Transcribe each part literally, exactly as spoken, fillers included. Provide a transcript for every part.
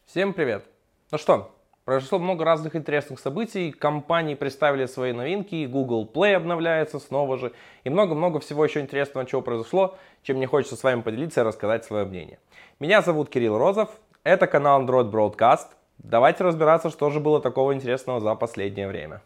Всем привет! Ну что, произошло много разных интересных событий, компании представили свои новинки, Google Play обновляется снова же, и много-много всего еще интересного, чего произошло, чем мне хочется с вами поделиться и рассказать свое мнение. Меня зовут Кирилл Розов, это канал Android Broadcast. Давайте разбираться, что же было такого интересного за последнее время.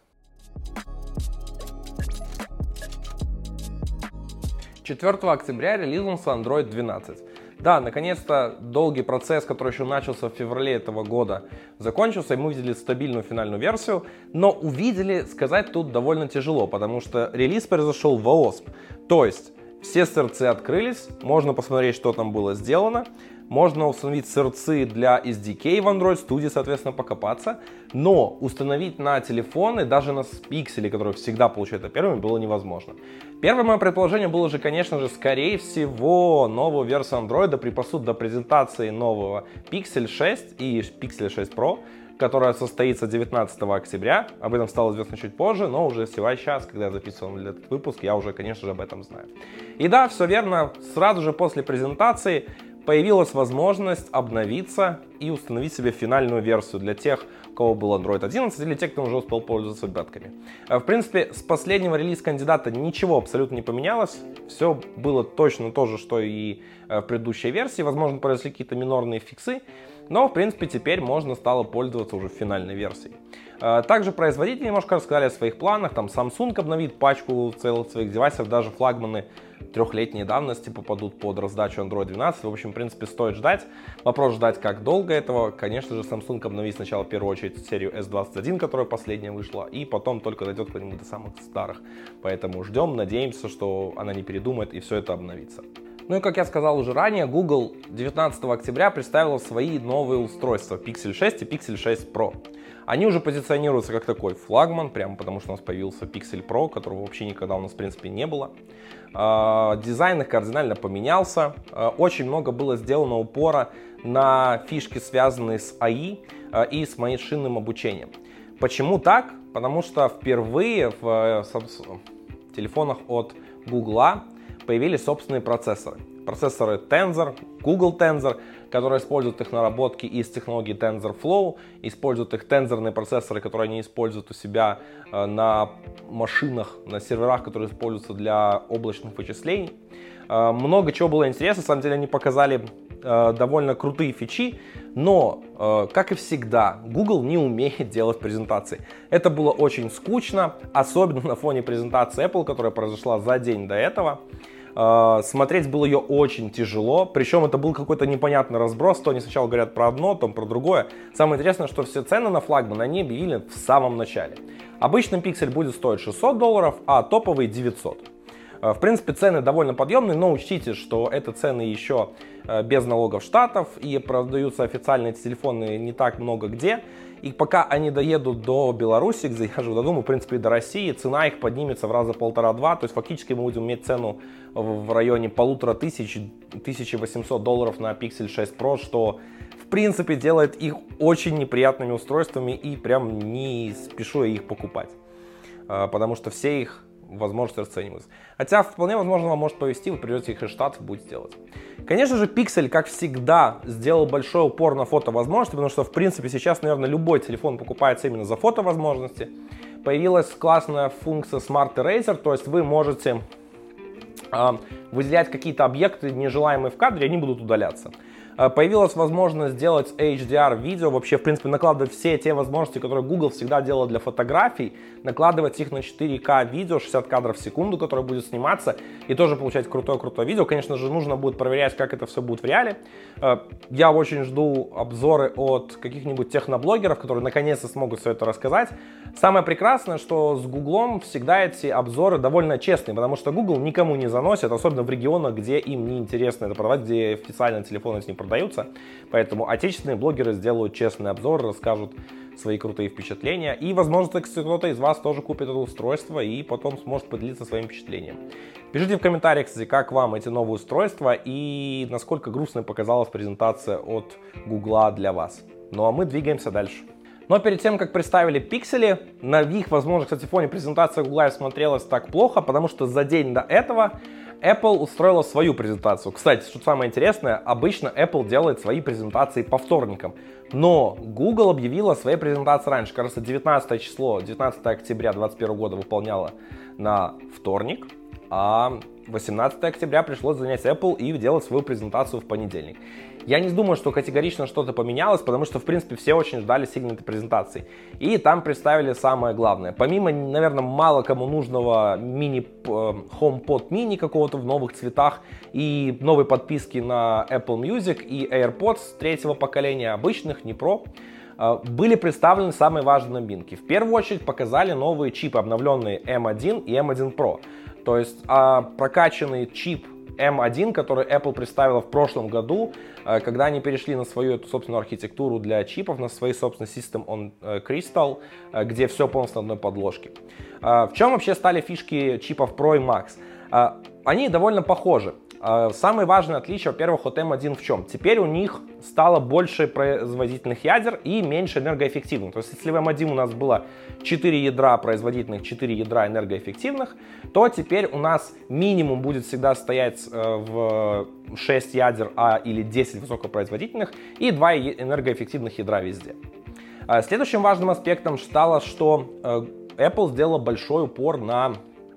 четвёртого октября релизнулся Android двенадцать. Да, наконец-то долгий процесс, который еще начался в феврале этого года, закончился, и мы увидели стабильную финальную версию, но увидели, сказать тут довольно тяжело, потому что релиз произошел в ООСП, то есть все сорцы открылись, можно посмотреть, что там было сделано, можно установить сорцы для эс ди кей в Android Studio, соответственно, покопаться, но установить на телефоны, даже на пиксели, которые всегда получают это первыми, было невозможно. Первое мое предположение было же, конечно же, скорее всего, новую версию Android припасут до презентации нового Pixel шесть и Pixel шесть Pro, которая состоится девятнадцатого октября. Об этом стало известно чуть позже, но уже сейчас, когда я записывал этот выпуск, я уже, конечно же, об этом знаю. И да, все верно, сразу же после презентации появилась возможность обновиться и установить себе финальную версию для тех, у кого был Android одиннадцать, или тех, кто уже успел пользоваться бетками. В принципе, с последнего релиз-кандидата ничего абсолютно не поменялось. Все было точно то же, что и в предыдущей версии. Возможно, произошли какие-то минорные фиксы, но, в принципе, теперь можно стало пользоваться уже финальной версией. Также производители немножко рассказали о своих планах. Там Samsung обновит пачку целых своих девайсов, даже флагманы трехлетней давности попадут под раздачу Android двенадцать. В общем, в принципе, стоит ждать. Вопрос ждать, как долго этого. Конечно же, Samsung обновит сначала в первую очередь серию эс двадцать один, которая последняя вышла, и потом только дойдет к нему до самых старых. Поэтому ждем, надеемся, что она не передумает и все это обновится. Ну и как я сказал уже ранее, Google девятнадцатого октября представила свои новые устройства Pixel шесть и Pixel шесть Pro. Они уже позиционируются как такой флагман, прямо потому что у нас появился Pixel Pro, которого вообще никогда у нас в принципе не было. Дизайн их кардинально поменялся, очень много было сделано упора на фишки, связанные с эй ай и с машинным обучением. Почему так? Потому что впервые в телефонах от Google появились собственные процессоры. Процессоры Tensor, Google Tensor, которые используют их наработки из технологии TensorFlow, используют их тензорные процессоры, которые они используют у себя на машинах, на серверах, которые используются для облачных вычислений. Много чего было интересно, на самом деле они показали довольно крутые фичи, но, как и всегда, Google не умеет делать презентации. Это было очень скучно, особенно на фоне презентации Apple, которая произошла за день до этого. Смотреть было ее очень тяжело, причем это был какой-то непонятный разброс, то они сначала говорят про одно, то про другое. Самое интересное, что все цены на флагман они объявили в самом начале. Обычный пиксель будет стоить шестьсот долларов, а топовый девятьсот. В принципе, цены довольно подъемные, но учтите, что это цены еще без налогов штатов, и продаются официальные телефоны не так много где. И пока они доедут до Беларуси, где я живу, думаю, в принципе, и до России, цена их поднимется в раза полтора-два. То есть фактически мы будем иметь цену в районе полутора тысяч, тысяча восемьсот долларов на Pixel шесть Pro, что в принципе делает их очень неприятными устройствами, и прям не спешу я их покупать, потому что все их возможности расцениваются. Хотя вполне возможно вам может повезти, вы придете их из Штатов, будете делать. Конечно же, Pixel, как всегда, сделал большой упор на фотовозможности, потому что, в принципе, сейчас, наверное, любой телефон покупается именно за фотовозможности. Появилась классная функция Smart Eraser, то есть вы можете э, выделять какие-то объекты, нежелаемые в кадре, и они будут удаляться. Появилась возможность сделать эйч ди ар-видео, вообще, в принципе, накладывать все те возможности, которые Google всегда делал для фотографий, накладывать их на четыре ка видео, шестьдесят кадров в секунду, которое будет сниматься, и тоже получать крутое-крутое видео. Конечно же, нужно будет проверять, как это все будет в реале. Я очень жду обзоры от каких-нибудь техноблогеров, которые наконец-то смогут все это рассказать. Самое прекрасное, что с Google всегда эти обзоры довольно честные, потому что Google никому не заносит, особенно в регионах, где им не интересно это продавать, где официально телефоны с ним продаются. Поэтому отечественные блогеры сделают честный обзор, расскажут свои крутые впечатления. И, возможно, кто-то из вас тоже купит это устройство и потом сможет поделиться своим впечатлением. Пишите в комментариях, кстати, как вам эти новые устройства и насколько грустной показалась презентация от Гугла для вас. Ну а мы двигаемся дальше. Но перед тем, как представили пиксели, на их, возможно, кстати, фоне презентация Гугла смотрелась так плохо, потому что за день до этого Apple устроила свою презентацию. Кстати, что самое интересное, обычно Apple делает свои презентации по вторникам, но Google объявила свои презентации раньше. Кажется, девятнадцатое число, девятнадцатое октября две тысячи двадцать первого года выполняла на вторник, а восемнадцатое октября пришлось занять Apple и делать свою презентацию в понедельник. Я не думаю, что категорично что-то поменялось, потому что, в принципе, все очень ждали сильно этой презентации. И там представили самое главное. Помимо, наверное, мало кому нужного мини HomePod mini какого-то в новых цветах и новой подписки на Apple Music и AirPods третьего поколения, обычных, не Pro, были представлены самые важные новинки. В первую очередь показали новые чипы, обновленные эм один и эм один Pro. То есть прокачанный чип эм один, который Apple представила в прошлом году, когда они перешли на свою эту собственную архитектуру для чипов, на свой собственный System on Crystal, где все полностью на одной подложке. В чем вообще стали фишки чипов Pro и Max? Они довольно похожи. Самое важное отличие, во-первых, от эм один в чем? Теперь у них стало больше производительных ядер и меньше энергоэффективных. То есть, если в эм один у нас было четыре ядра производительных, четыре ядра энергоэффективных, то теперь у нас минимум будет всегда стоять в шесть ядер А или десять высокопроизводительных и два энергоэффективных ядра везде. Следующим важным аспектом стало, что Apple сделала большой упор на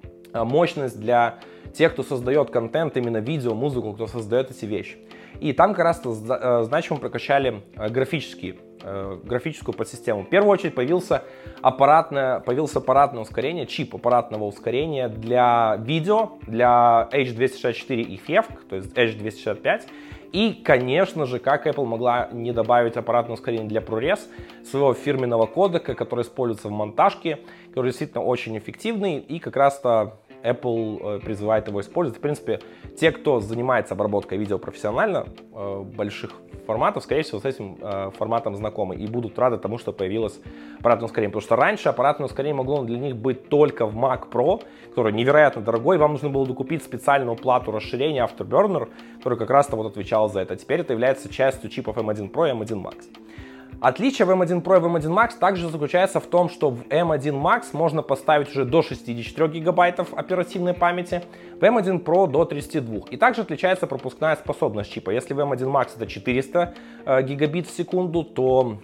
мощность для тех, кто создает контент, именно видео, музыку, кто создает эти вещи. И там как раз значимо прокачали графические, графическую подсистему. В первую очередь появился аппаратное, появился аппаратное ускорение, чип аппаратного ускорения для видео, для эйч двести шестьдесят четыре и эф и эф, то есть эйч двести шестьдесят пять. И, конечно же, как Apple могла не добавить аппаратное ускорение для ProRes, своего фирменного кодека, который используется в монтажке, который действительно очень эффективный, и как раз-то Apple призывает его использовать. В принципе, те, кто занимается обработкой видео профессионально, больших форматов, скорее всего, с этим форматом знакомы и будут рады тому, что появилось аппаратное ускорение. Потому что раньше аппаратное ускорение могло для них быть только в Mac Pro, который невероятно дорогой, вам нужно было докупить специальную плату расширения Afterburner, который как раз-то вот отвечал за это. Теперь это является частью чипов эм один Pro и эм один Max. Отличие в эм один Pro и в эм один Max также заключается в том, что в эм один Max можно поставить уже до шестидесяти четырёх гигабайтов оперативной памяти, в эм один Pro до тридцати двух. И также отличается пропускная способность чипа. Если в эм один Max это четыреста э, гигабит в секунду, то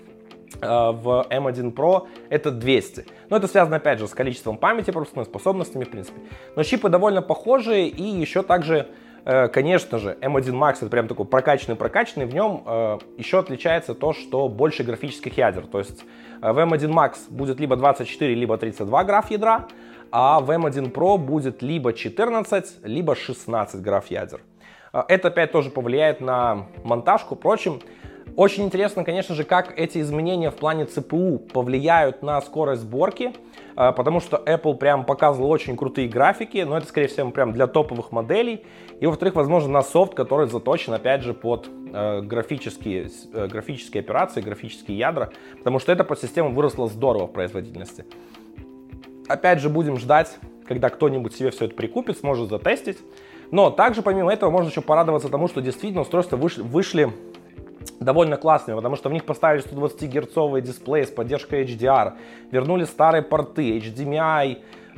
э, в эм один Pro это двести. Но это связано опять же с количеством памяти, пропускными способностями в принципе. Но чипы довольно похожие, и еще также, конечно же, эм один Max это прям такой прокачанный-прокачанный, в нем э, еще отличается то, что больше графических ядер, то есть э, в эм один Max будет либо двадцать четыре, либо тридцать два граф ядра, а в эм один Pro будет либо четырнадцать, либо шестнадцать граф ядер. Э, это опять тоже повлияет на монтажку, впрочем. Очень интересно, конечно же, как эти изменения в плане цэ пэ у повлияют на скорость сборки, потому что Apple прям показывал очень крутые графики, но это, скорее всего, прям для топовых моделей. И, во-вторых, возможно, на софт, который заточен, опять же, под э, графические, э, графические операции, графические ядра, потому что эта подсистема выросла здорово в производительности. Опять же, будем ждать, когда кто-нибудь себе все это прикупит, сможет затестить. Но также, помимо этого, можно еще порадоваться тому, что действительно устройства вышли, вышли довольно классными, потому что в них поставили сто двадцатигерцовый дисплей с поддержкой эйч ди ар, вернули старые порты, эйч ди эм ай, э,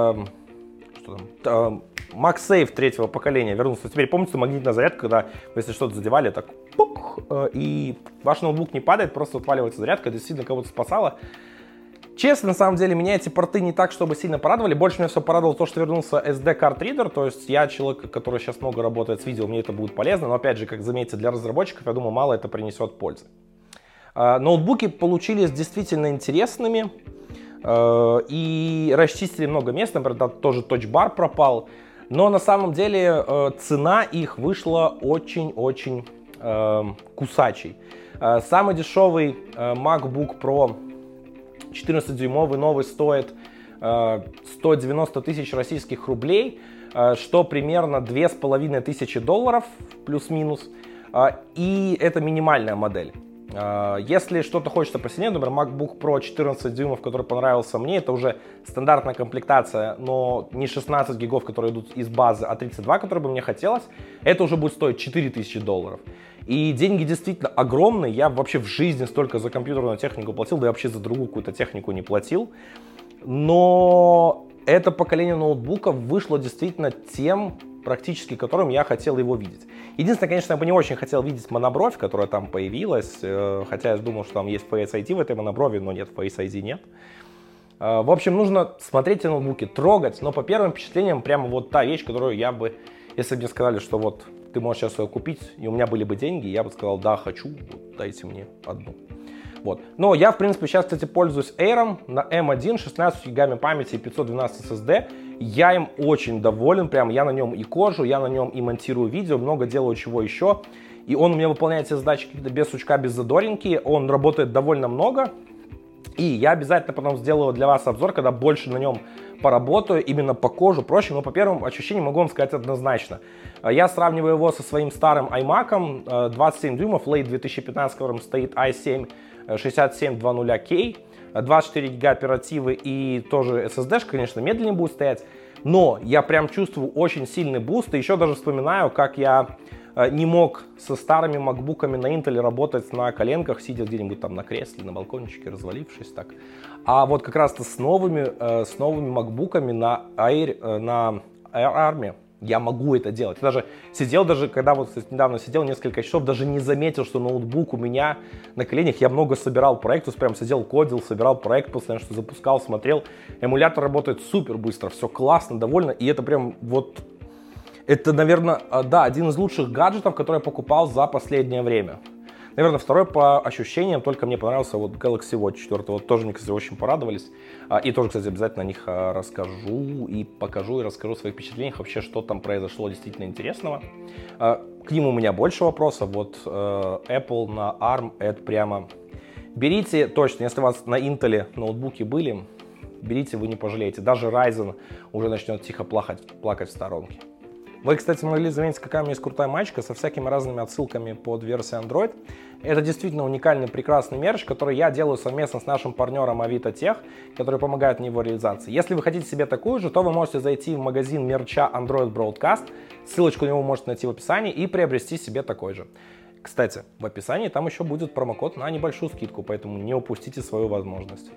что там, э, MagSafe третьего поколения вернулся. Теперь помните магнитная зарядка, когда вы если что-то задевали, так пук, э, и ваш ноутбук не падает, просто отваливается зарядка, это действительно кого-то спасало. Честно, на самом деле, меня эти порты не так, чтобы сильно порадовали. Больше меня все порадовало то, что вернулся эс ди-Card Reader. То есть я человек, который сейчас много работает с видео, мне это будет полезно. Но опять же, как заметите, для разработчиков, я думаю, мало это принесет пользы. Ноутбуки получились действительно интересными. И расчистили много мест. Например, тоже Touch Bar пропал. Но на самом деле цена их вышла очень-очень кусачей. Самый дешевый MacBook Pro четырнадцатидюймовый новый стоит э, сто девяносто тысяч российских рублей, э, что примерно две с половиной тысячи долларов, плюс-минус, э, и это минимальная модель. Э, если что-то хочется посильнее, например, MacBook Pro четырнадцать дюймов, который понравился мне, это уже стандартная комплектация, но не шестнадцать гигов, которые идут из базы, а тридцать два, которые бы мне хотелось, это уже будет стоить четыре тысячи долларов. И деньги действительно огромные, я вообще в жизни столько за компьютерную технику платил, да и вообще за другую какую-то технику не платил. Но это поколение ноутбуков вышло действительно тем, практически которым я хотел его видеть. Единственное, конечно, я бы не очень хотел видеть монобровь, которая там появилась, хотя я думал, что там есть Face ай ди в этой моноброви, но нет, Face ай ди нет. В общем, нужно смотреть эти ноутбуки, трогать, но по первым впечатлениям прямо вот та вещь, которую я бы, если бы мне сказали, что вот ты можешь сейчас ее купить, и у меня были бы деньги, я бы сказал, да, хочу, вот, дайте мне одну. Вот. Но я, в принципе, сейчас, кстати, пользуюсь Air на эм один, шестнадцать гигабайт памяти и пятьсот двенадцать эс эс ди. Я им очень доволен, прям я на нем и кожу, я на нем и монтирую видео, много делаю чего еще. И он у меня выполняет все задачи какие-то без сучка, без задоринки, он работает довольно много. И я обязательно потом сделаю для вас обзор, когда больше на нем поработаю, именно по кожу, проще, но по первым ощущениям могу вам сказать однозначно. Я сравниваю его со своим старым iMac, двадцать семь дюймов, Late две тысячи пятнадцать, в котором стоит ай семь шестьдесят семь двадцать кей, двадцать четыре гига оперативы и тоже эс эс ди, конечно, медленнее будет стоять, но я прям чувствую очень сильный буст, и еще даже вспоминаю, как я не мог со старыми макбуками на Intel работать на коленках, сидя где-нибудь там на кресле, на балкончике, развалившись так. А вот как раз-то с новыми, с новыми макбуками на Air, на ARM я могу это делать. Я даже сидел, даже когда вот недавно сидел несколько часов, даже не заметил, что ноутбук у меня на коленях. Я много собирал проектов, прям сидел, кодил, собирал проект, постоянно что запускал, смотрел. Эмулятор работает супер быстро, все классно, довольно. И это прям вот... Это, наверное, да, один из лучших гаджетов, который я покупал за последнее время. Наверное, второй по ощущениям, только мне понравился вот Galaxy Watch четыре. Вот тоже мне, кстати, очень порадовались. И тоже, кстати, обязательно о них расскажу и покажу, и расскажу о своих впечатлениях, вообще, что там произошло действительно интересного. К ним у меня больше вопросов. Вот Apple на арм, это прямо... Берите точно, если у вас на Intel ноутбуки были, берите, вы не пожалеете. Даже Ryzen уже начнет тихо плакать, плакать в сторонке. Вы, кстати, могли заметить, какая у меня есть крутая маечка со всякими разными отсылками под версию Android. Это действительно уникальный, прекрасный мерч, который я делаю совместно с нашим партнером Авито Тех, который помогает мне в его реализации. Если вы хотите себе такую же, то вы можете зайти в магазин мерча Android Broadcast, ссылочку на него вы можете найти в описании и приобрести себе такой же. Кстати, в описании там еще будет промокод на небольшую скидку, поэтому не упустите свою возможность.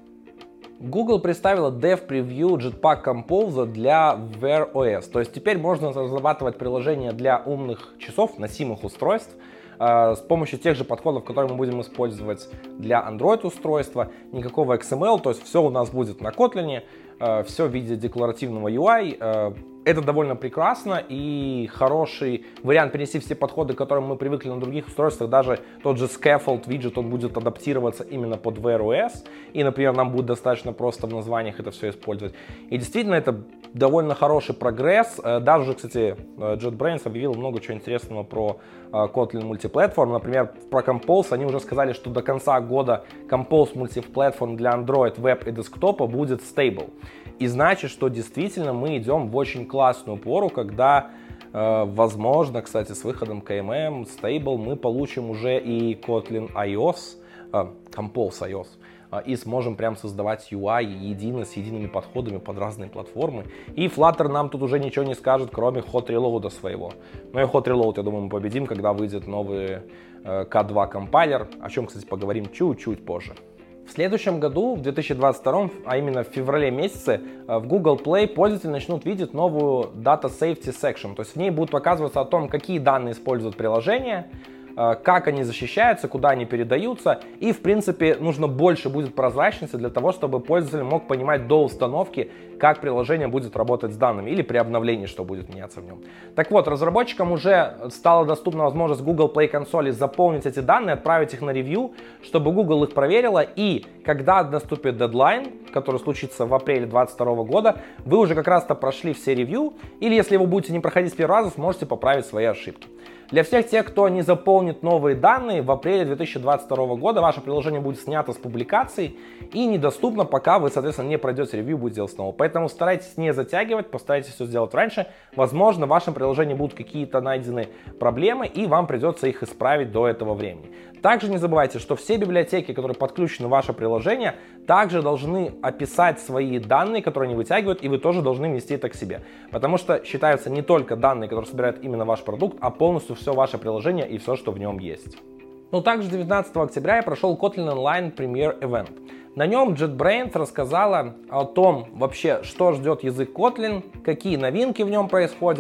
Google представила Dev Preview Jetpack Compose для Wear о эс. То есть теперь можно разрабатывать приложения для умных часов, носимых устройств, э, с помощью тех же подходов, которые мы будем использовать для Android устройства. Никакого икс эм эл, то есть все у нас будет на Kotlin, э, все в виде декларативного ю ай. Э, это довольно прекрасно и хороший вариант перенести все подходы, к которым мы привыкли на других устройствах. Даже тот же Scaffold виджет, он будет адаптироваться именно под Wear о эс. И, например, нам будет достаточно просто в названиях это все использовать. И действительно, это довольно хороший прогресс. Даже, кстати, JetBrains объявил много чего интересного про Kotlin Multiplatform. Например, про Compose они уже сказали, что до конца года Compose Multiplatform для Android, Web и десктопа будет stable. И значит, что действительно мы идем в очень классную пору, когда, э, возможно, кстати, с выходом кей эм эм, Stable, мы получим уже и Kotlin iOS, э, Compose iOS, э, и сможем прям создавать ю ай едино, с едиными подходами под разные платформы. И Flutter нам тут уже ничего не скажет, кроме Hot Reload своего. Ну и Hot Reload, я думаю, мы победим, когда выйдет новый э, кей два компайлер, о чем, кстати, поговорим чуть-чуть позже. В следующем году, в две тысячи двадцать втором, а именно в феврале месяце, в Google Play пользователи начнут видеть новую Data Safety Section. То есть в ней будут показываться о том, какие данные используют приложение, как они защищаются, куда они передаются. И, в принципе, нужно больше будет прозрачности для того, чтобы пользователь мог понимать до установки, как приложение будет работать с данными или при обновлении, что будет меняться в нем. Так вот, разработчикам уже стала доступна возможность Google Play консоли заполнить эти данные, отправить их на ревью, чтобы Google их проверила. И когда наступит дедлайн, который случится в апреле две тысячи двадцать второго года, вы уже как раз-то прошли все ревью, или если вы будете не проходить с первого раза, сможете поправить свои ошибки. Для всех тех, кто не заполнит новые данные, в апреле две тысячи двадцать второго года ваше приложение будет снято с публикации и недоступно, пока вы, соответственно, не пройдете ревью, будет делать снова. Поэтому старайтесь не затягивать, постарайтесь все сделать раньше. Возможно, в вашем приложении будут какие-то найдены проблемы, и вам придется их исправить до этого времени. Также не забывайте, что все библиотеки, которые подключены в ваше приложение, также должны описать свои данные, которые они вытягивают, и вы тоже должны внести это к себе. Потому что считаются не только данные, которые собирает именно ваш продукт, а полностью все ваше приложение и все, что в нем есть. Ну, также девятнадцатого октября прошел Kotlin Online Premier Event. На нем JetBrains рассказала о том вообще, что ждет язык Kotlin, какие новинки в нем происходят.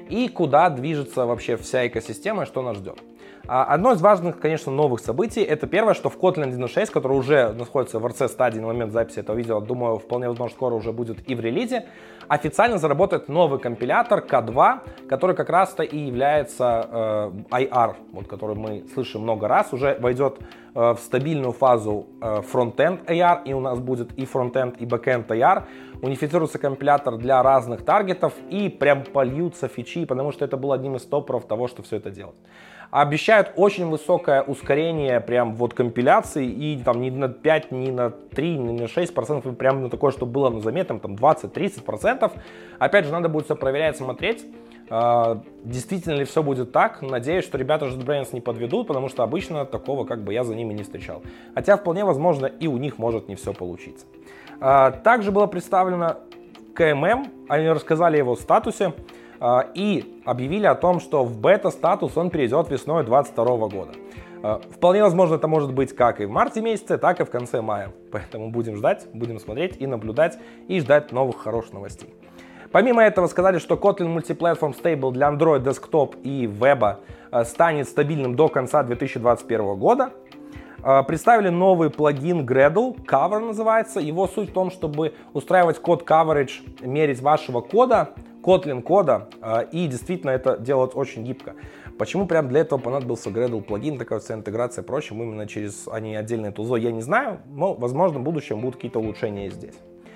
и куда движется вообще вся экосистема и что нас ждет. Одно из важных, конечно, новых событий, это первое, что в Kotlin один точка шесть, который уже находится в эр си стадии на момент записи этого видео, думаю, вполне возможно, скоро уже будет и в релизе, официально заработает новый компилятор кей два, который как раз-то и является э, ай ар, вот, который мы слышим много раз, уже войдет э, в стабильную фазу э, фронтенд эй ар, и у нас будет и фронтенд, и бэкенд эй ар, унифицируется компилятор для разных таргетов, и прям польются фичи, потому что это был одним из топперов того, что все это делать. Обещают очень высокое ускорение прям вот компиляции, и там не на пять, не на три, не на шесть процентов, прям на такое, чтобы было ну, заметным, там двадцать-тридцать процентов. Опять же, надо будет все проверять, смотреть, э, действительно ли все будет так. Надеюсь, что ребята JetBrains не подведут, потому что обычно такого как бы я за ними не встречал. Хотя вполне возможно и у них может не все получиться. Э, также было представлено кей эм эм, они рассказали о его статусе. И объявили о том, что в бета-статус он перейдет весной двадцать второго года. Вполне возможно, это может быть как и в марте месяце, так и в конце мая. Поэтому будем ждать, будем смотреть и наблюдать, и ждать новых хороших новостей. Помимо этого сказали, что Kotlin Multiplatform Stable для Android, Desktop и веба станет стабильным до конца две тысячи двадцать первого года. Представили новый плагин Gradle, Cover называется. Его суть в том, чтобы устраивать код coverage, мерить вашего кода, Kotlin кода, и действительно это делать очень гибко. Почему прям для этого понадобился Gradle плагин, такая вся интеграция и прочее, именно через а не отдельное тулзо, я не знаю, но возможно в будущем будут какие-то улучшения здесь.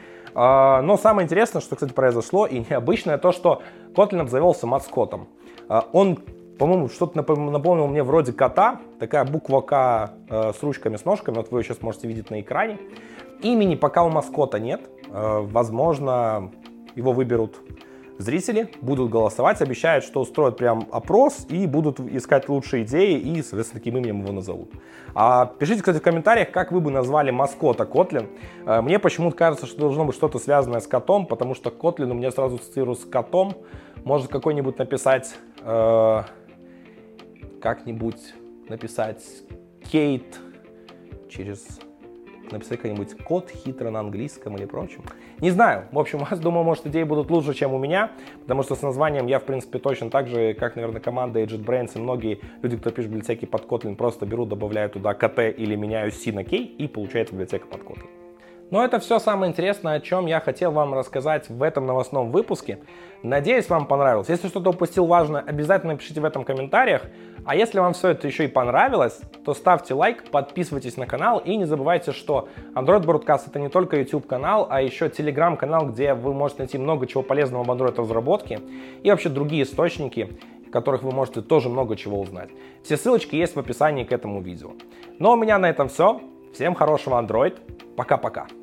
Но самое интересное, что, кстати, произошло и необычное, то, что Kotlin обзавелся маскотом. Он, по-моему, что-то напомнил мне вроде кота, такая буква К с ручками, с ножками, вот вы ее сейчас можете видеть на экране. Имени пока у маскота нет, возможно, его выберут зрители, будут голосовать, обещают, что устроят прям опрос и будут искать лучшие идеи и, соответственно, таким именем его назовут. А пишите, кстати, в комментариях, как вы бы назвали маскота Kotlin. Мне почему-то кажется, что должно быть что-то связанное с котом, потому что Kotlin у меня сразу ассоциируется с котом. Может какой-нибудь написать, э, как-нибудь написать Кейт через... написать какой-нибудь код хитро на английском или прочем. Не знаю. В общем, у вас, думаю, может, идеи будут лучше, чем у меня, потому что с названием я, в принципе, точно так же, как, наверное, команда JetBrains и многие люди, кто пишет библиотеки под Kotlin, просто берут, добавляют туда кт или меняю c на k, и получается библиотека под Kotlin. Но это все самое интересное, о чем я хотел вам рассказать в этом новостном выпуске. Надеюсь, вам понравилось. Если что-то упустил важное, обязательно пишите в этом в комментариях. А если вам все это еще и понравилось, то ставьте лайк, подписывайтесь на канал и не забывайте, что Android Broadcast это не только YouTube канал, а еще Telegram канал, где вы можете найти много чего полезного в Android разработке и вообще другие источники, в которых вы можете тоже много чего узнать. Все ссылочки есть в описании к этому видео. Ну а у меня на этом все. Всем хорошего Android. Пока-пока.